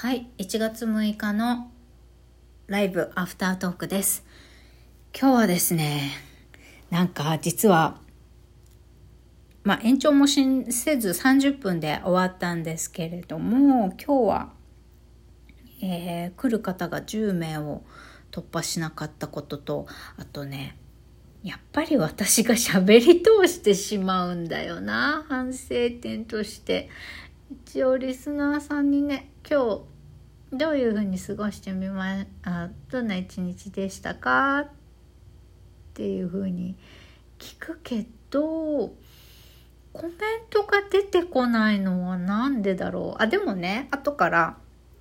はい、1月6日のライブアフタートークです。今日はですね、なんか実は延長もせず30分で終わったんですけれども、今日は、来る方が10名を突破しなかったことと、あとね、やっぱり私が喋り通してしまうんだよな。反省点として一応リスナーさんにね、今日どういうふうに過ごしてどんな一日でしたかっていうふうに聞くけど、コメントが出てこないのはなんでだろう。でもね、後から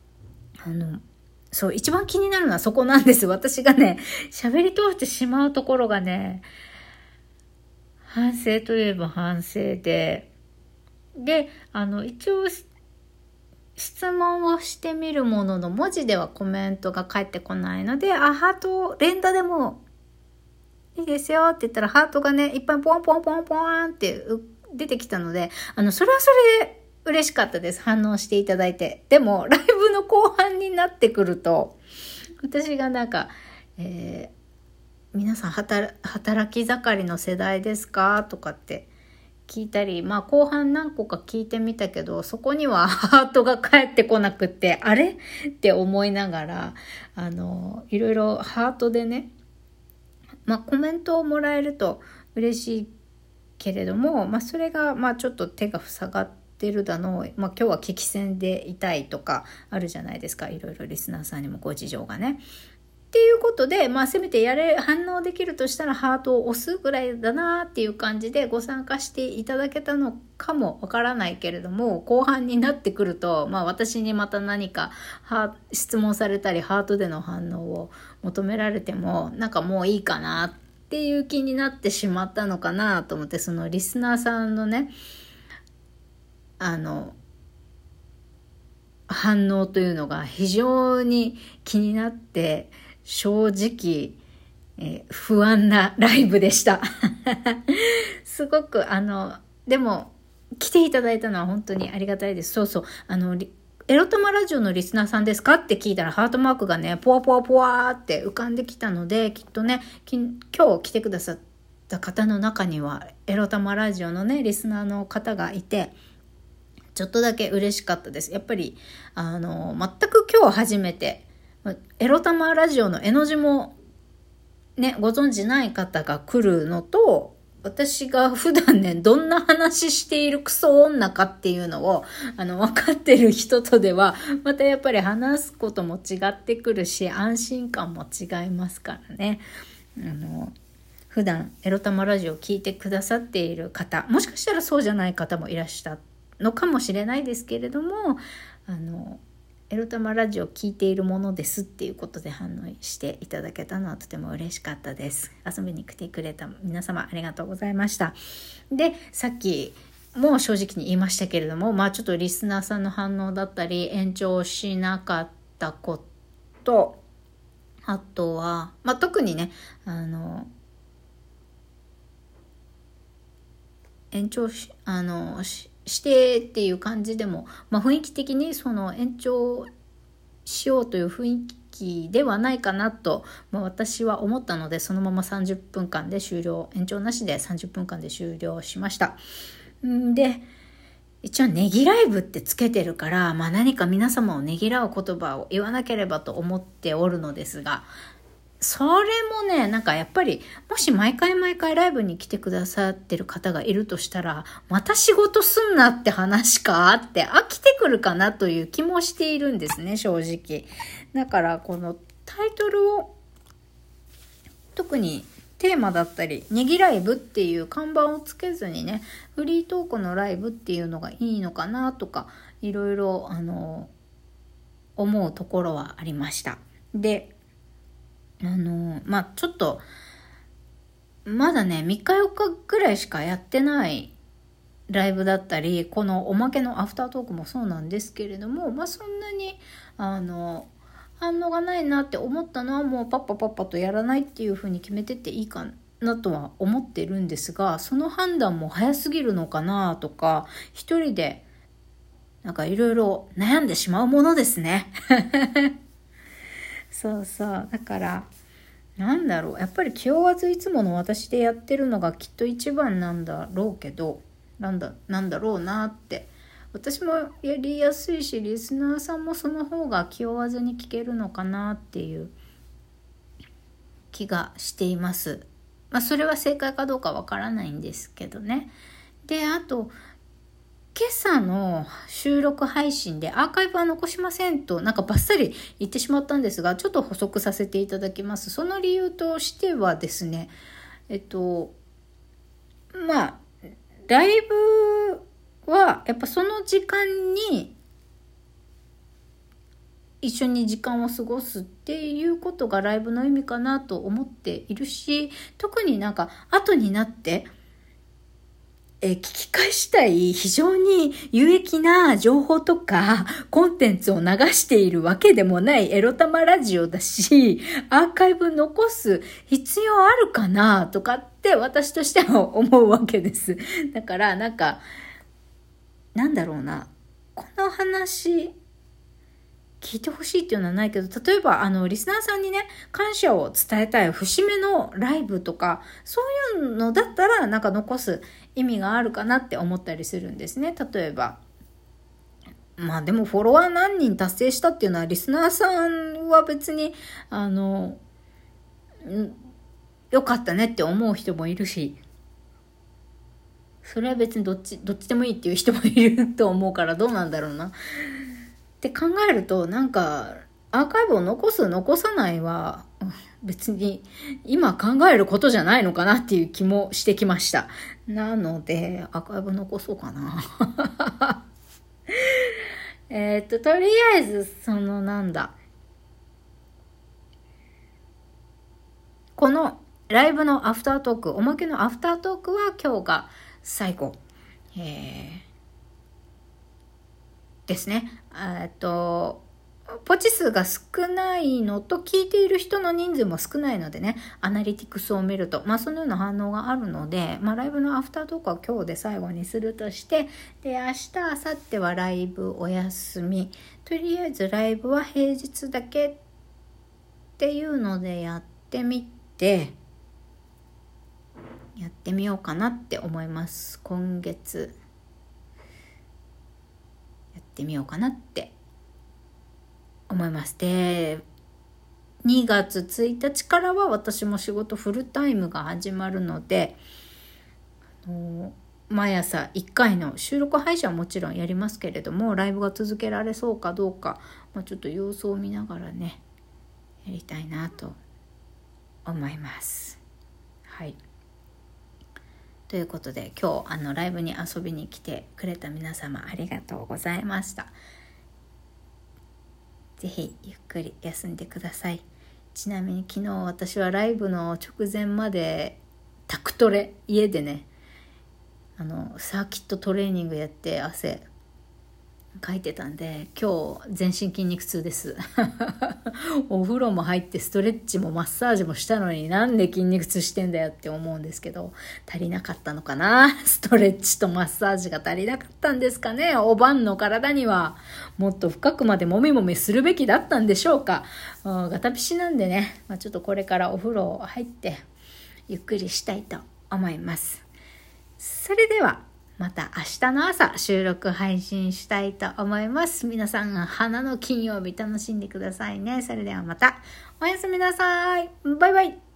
そう、一番気になるのはそこなんです。私がね、喋り通してしまうところがね、反省といえば反省で、一応質問をしてみるものの文字ではコメントが返ってこないので、ハート連打でもいいですよって言ったらハートがね、いっぱいポンポンポンポンって出てきたので、それはそれで嬉しかったです。反応していただいて。でもライブの後半になってくると、私がなんか、皆さん働き盛りの世代ですかとかって聞いたり、後半何個か聞いてみたけど、そこにはハートが返ってこなくって、あれって思いながら、いろいろハートでね、コメントをもらえると嬉しいけれども、それがちょっと手が塞がってるだの、今日は聞き戦でいたいとかあるじゃないですか。いろいろリスナーさんにもご事情がね。っていうことで、せめて反応できるとしたらハートを押すぐらいだなっていう感じでご参加していただけたのかもわからないけれども、後半になってくると、私にまた何か質問されたりハートでの反応を求められても、もういいかなっていう気になってしまったのかなと思って、そのリスナーさんのね、反応というのが非常に気になって、正直、不安なライブでした。すごくでも来ていただいたのは本当にありがたいです。そうそう、エロ玉ラジオのリスナーさんですかって聞いたらハートマークがね、ポワポワポワーって浮かんできたので、きっとね、今日来てくださった方の中にはエロ玉ラジオのねリスナーの方がいて、ちょっとだけ嬉しかったです。やっぱり全く今日初めてエロ玉ラジオの絵の字もねご存知ない方が来るのと、私が普段ねどんな話しているクソ女かっていうのを分かってる人とではまたやっぱり話すことも違ってくるし、安心感も違いますからね。普段エロ玉ラジオを聞いてくださっている方、もしかしたらそうじゃない方もいらっしゃったのかもしれないですけれども、エロ玉ラジオ聞いているものですっていうことで反応していただけたのはとても嬉しかったです。遊びに来てくれた皆様ありがとうございました。で、さっきも正直に言いましたけれども、ちょっとリスナーさんの反応だったり延長しなかったこと、あとは、特にね延長してっていう感じでも、雰囲気的にその延長しようという雰囲気ではないかなと、私は思ったので、そのまま30分間で終了、延長なしで30分間で終了しました。で、一応ねぎライブってつけてるから、何か皆様をねぎらう言葉を言わなければと思っておるのですが、それもね、やっぱり、もし毎回ライブに来てくださってる方がいるとしたら、また仕事すんなって話かって飽きてくるかなという気もしているんですね、正直。だからこのタイトルを、特にテーマだったり、ネギライブっていう看板をつけずにね、フリートークのライブっていうのがいいのかなとか、いろいろ思うところはありました。で、ちょっとまだね3日4日ぐらいしかやってないライブだったり、このおまけのアフタートークもそうなんですけれども、そんなに反応がないなって思ったのは、もうパッパとやらないっていう風に決めてっていいかなとは思ってるんですが、その判断も早すぎるのかなとか、一人でなんかいろいろ悩んでしまうものですね。そうそう。だから、なんだろう。やっぱり気負わずいつもの私でやってるのがきっと一番なんだろうけど、なんだろうなって。私もやりやすいし、リスナーさんもその方が気負わずに聞けるのかなっていう気がしています。まあそれは正解かどうかわからないんですけどね。で、あと、今朝の収録配信でアーカイブは残しませんとなんかバッサリ言ってしまったんですが、ちょっと補足させていただきます。その理由としてはですね、まあライブはやっぱその時間に一緒に時間を過ごすっていうことがライブの意味かなと思っているし、特になんか後になって聞き返したい非常に有益な情報とかコンテンツを流しているわけでもないエロ玉ラジオだし、アーカイブ残す必要あるかなとかって私としては思うわけです。だからなんか、なんだろうな、この話聞いてほしいっていうのはないけど、例えばリスナーさんにね、感謝を伝えたい節目のライブとか、そういうのだったらなんか残す意味があるかなって思ったりするんですね。例えばまあでもフォロワー何人達成したっていうのはリスナーさんは別によかったねって思う人もいるし、それは別にどっちでもいいっていう人もいると思うから、どうなんだろうなって考えると、なんかアーカイブを残す残さないは別に今考えることじゃないのかなっていう気もしてきました。なのでアーカイブ残そうかな。とりあえずこのライブのアフタートーク、おまけのアフタートークは今日が最後、ですね。ポチ数が少ないのと聞いている人の人数も少ないのでね、アナリティクスを見るとそのような反応があるので、ライブのアフタートークは今日で最後にするとして、で明日明後日はライブお休み、とりあえずライブは平日だけっていうのでやってみようかなって思います。今月やってみようかなって思います。で、2月1日からは私も仕事フルタイムが始まるので、毎朝1回の収録配信はもちろんやりますけれども、ライブが続けられそうかどうか、ちょっと様子を見ながらね、やりたいなと思います。はい。ということで、今日ライブに遊びに来てくれた皆様ありがとうございました。ぜひゆっくり休んでください。ちなみに昨日私はライブの直前までタクトレ、家でねサーキットトレーニングやって汗かいてたんで、今日全身筋肉痛です。お風呂も入ってストレッチもマッサージもしたのになんで筋肉痛してんだよって思うんですけど、足りなかったのかな。ストレッチとマッサージが足りなかったんですかね。おばんの体にはもっと深くまでもみもみするべきだったんでしょうか。ガタピシなんでね、ちょっとこれからお風呂入ってゆっくりしたいと思います。それではまた明日の朝収録配信したいと思います。皆さん花の金曜日楽しんでくださいね。それではまたおやすみなさい。バイバイ。